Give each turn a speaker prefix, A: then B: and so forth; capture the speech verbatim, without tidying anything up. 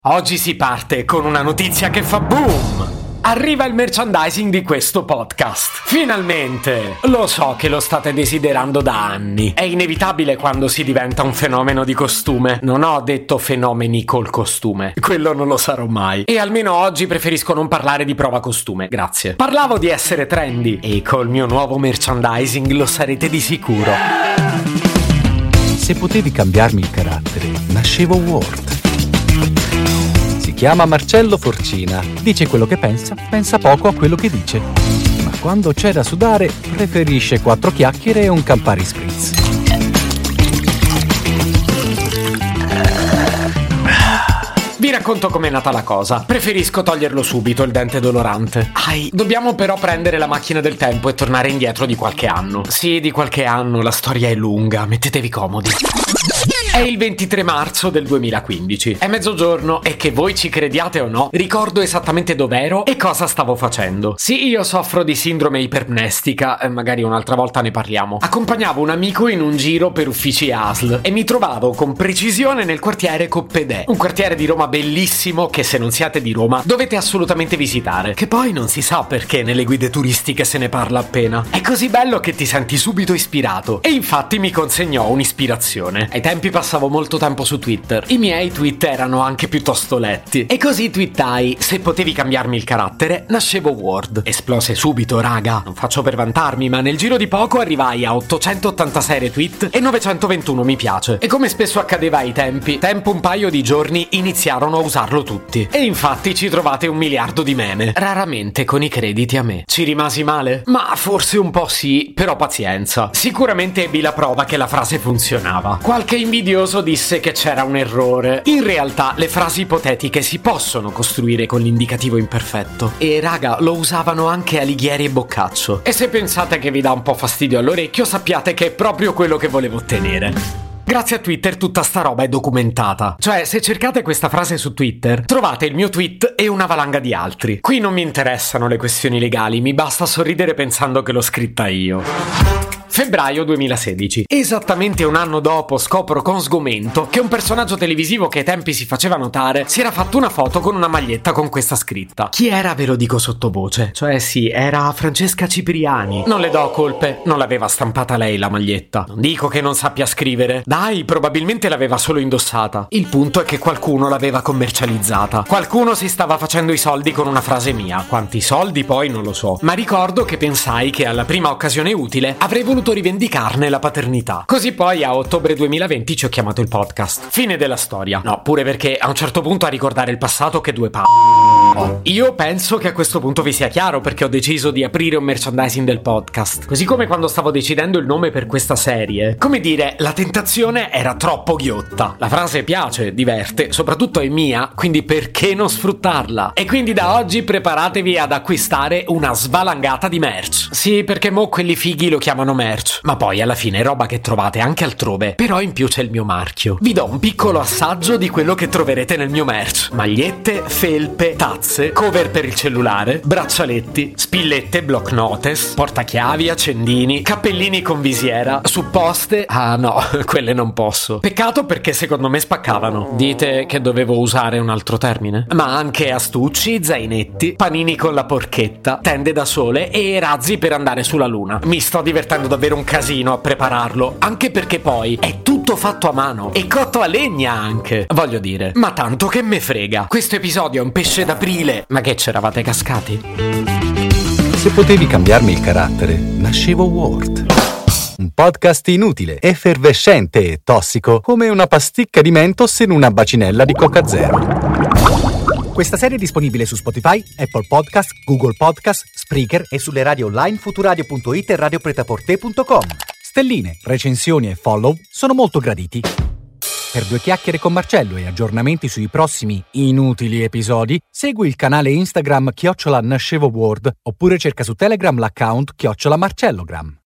A: Oggi si parte con una notizia che fa boom! Arriva il merchandising di questo podcast. Finalmente! Lo so che lo state desiderando da anni. È inevitabile quando si diventa un fenomeno di costume. Non ho detto fenomeni col costume. Quello non lo sarò mai. E almeno oggi preferisco non parlare di prova costume. Grazie. Parlavo di essere trendy. E col mio nuovo merchandising lo sarete di sicuro.
B: Se potevi cambiarmi il carattere, nascevo Ward. Si chiama Marcello Forcina, dice quello che pensa, pensa poco a quello che dice. Ma quando c'è da sudare, preferisce quattro chiacchiere e un Campari Spritz.
A: Vi racconto com'è nata la cosa. Preferisco toglierlo subito il dente dolorante. Ai, dobbiamo però prendere la macchina del tempo e tornare indietro di qualche anno. Sì, di qualche anno, la storia è lunga, mettetevi comodi. È il ventitré marzo del duemilaquindici. È mezzogiorno e che voi ci crediate o no, ricordo esattamente dov'ero e cosa stavo facendo. Sì, io soffro di sindrome ipermnestica, e magari un'altra volta ne parliamo. Accompagnavo un amico in un giro per uffici A S L e mi trovavo con precisione nel quartiere Coppedè, un quartiere di Roma bellissimo che, se non siate di Roma, dovete assolutamente visitare. Che poi non si sa perché nelle guide turistiche se ne parla appena. È così bello che ti senti subito ispirato. E infatti mi consegnò un'ispirazione. Ai tempi passavo molto tempo su Twitter. I miei tweet erano anche piuttosto letti. E così twittai: se potevi cambiarmi il carattere, nascevo Ward. Esplose subito, raga. Non faccio per vantarmi, ma nel giro di poco arrivai a ottocentottantasei retweet e novecentoventuno mi piace. E come spesso accadeva ai tempi, tempo un paio di giorni iniziarono a usarlo tutti. E infatti ci trovate un miliardo di meme. Raramente con i crediti a me. Ci rimasi male? Ma forse un po' sì, però pazienza. Sicuramente ebbi la prova che la frase funzionava. Qualche invidioso disse che c'era un errore. In realtà le frasi ipotetiche si possono costruire con l'indicativo imperfetto. E raga, lo usavano anche Alighieri e Boccaccio. E se pensate che vi dà un po' fastidio all'orecchio, sappiate che è proprio quello che volevo ottenere. Grazie a Twitter tutta sta roba è documentata. Cioè, se cercate questa frase su Twitter, trovate il mio tweet e una valanga di altri. Qui non mi interessano le questioni legali, mi basta sorridere pensando che l'ho scritta io. Febbraio duemilasedici. Esattamente un anno dopo scopro con sgomento che un personaggio televisivo che ai tempi si faceva notare si era fatto una foto con una maglietta con questa scritta. Chi era ve lo dico sottovoce. Cioè sì, era Francesca Cipriani. Non le do colpe, non l'aveva stampata lei la maglietta. Non dico che non sappia scrivere. Dai, probabilmente l'aveva solo indossata. Il punto è che qualcuno l'aveva commercializzata. Qualcuno si stava facendo i soldi con una frase mia. Quanti soldi poi non lo so. Ma ricordo che pensai che alla prima occasione utile avrei voluto rivendicarne la paternità. Così poi a ottobre duemilaventi ci ho chiamato il podcast. Fine della storia. No, pure perché a un certo punto a ricordare il passato che due pa... Oh. Io penso che a questo punto vi sia chiaro perché ho deciso di aprire un merchandising del podcast. Così come quando stavo decidendo il nome per questa serie. Come dire, la tentazione era troppo ghiotta. La frase piace, diverte, soprattutto è mia, quindi perché non sfruttarla? E quindi da oggi preparatevi ad acquistare una svalangata di merch. Sì, perché mo quelli fighi lo chiamano merch. Ma poi alla fine è roba che trovate anche altrove. Però in più c'è il mio marchio. Vi do un piccolo assaggio di quello che troverete nel mio merch: magliette, felpe, tazze, cover per il cellulare, braccialetti, spillette, block notes, portachiavi, accendini, cappellini con visiera, supposte. Ah no, quelle non posso. Peccato perché secondo me spaccavano. Dite che dovevo usare un altro termine? Ma anche astucci, zainetti, panini con la porchetta, tende da sole e razzi per andare sulla luna. Mi sto divertendo davvero un casino a prepararlo, anche perché poi è tutto fatto a mano e cotto a legna anche. Voglio dire, ma tanto che me frega. Questo episodio è un pesce d'aprile. Ma che c'eravate cascati?
B: Se potevi cambiarmi il carattere, nascevo Ward. Un podcast inutile, effervescente e tossico, come una pasticca di Mentos in una bacinella di Coca Zero.
C: Questa serie è disponibile su Spotify, Apple Podcast, Google Podcast, Spreaker e sulle radio online futuradio punto it e radio pretaporte punto com. Stelline, recensioni e follow sono molto graditi. Per due chiacchiere con Marcello e aggiornamenti sui prossimi inutili episodi, segui il canale Instagram chiocciola nascevo Ward oppure cerca su Telegram l'account chiocciola Marcellogram.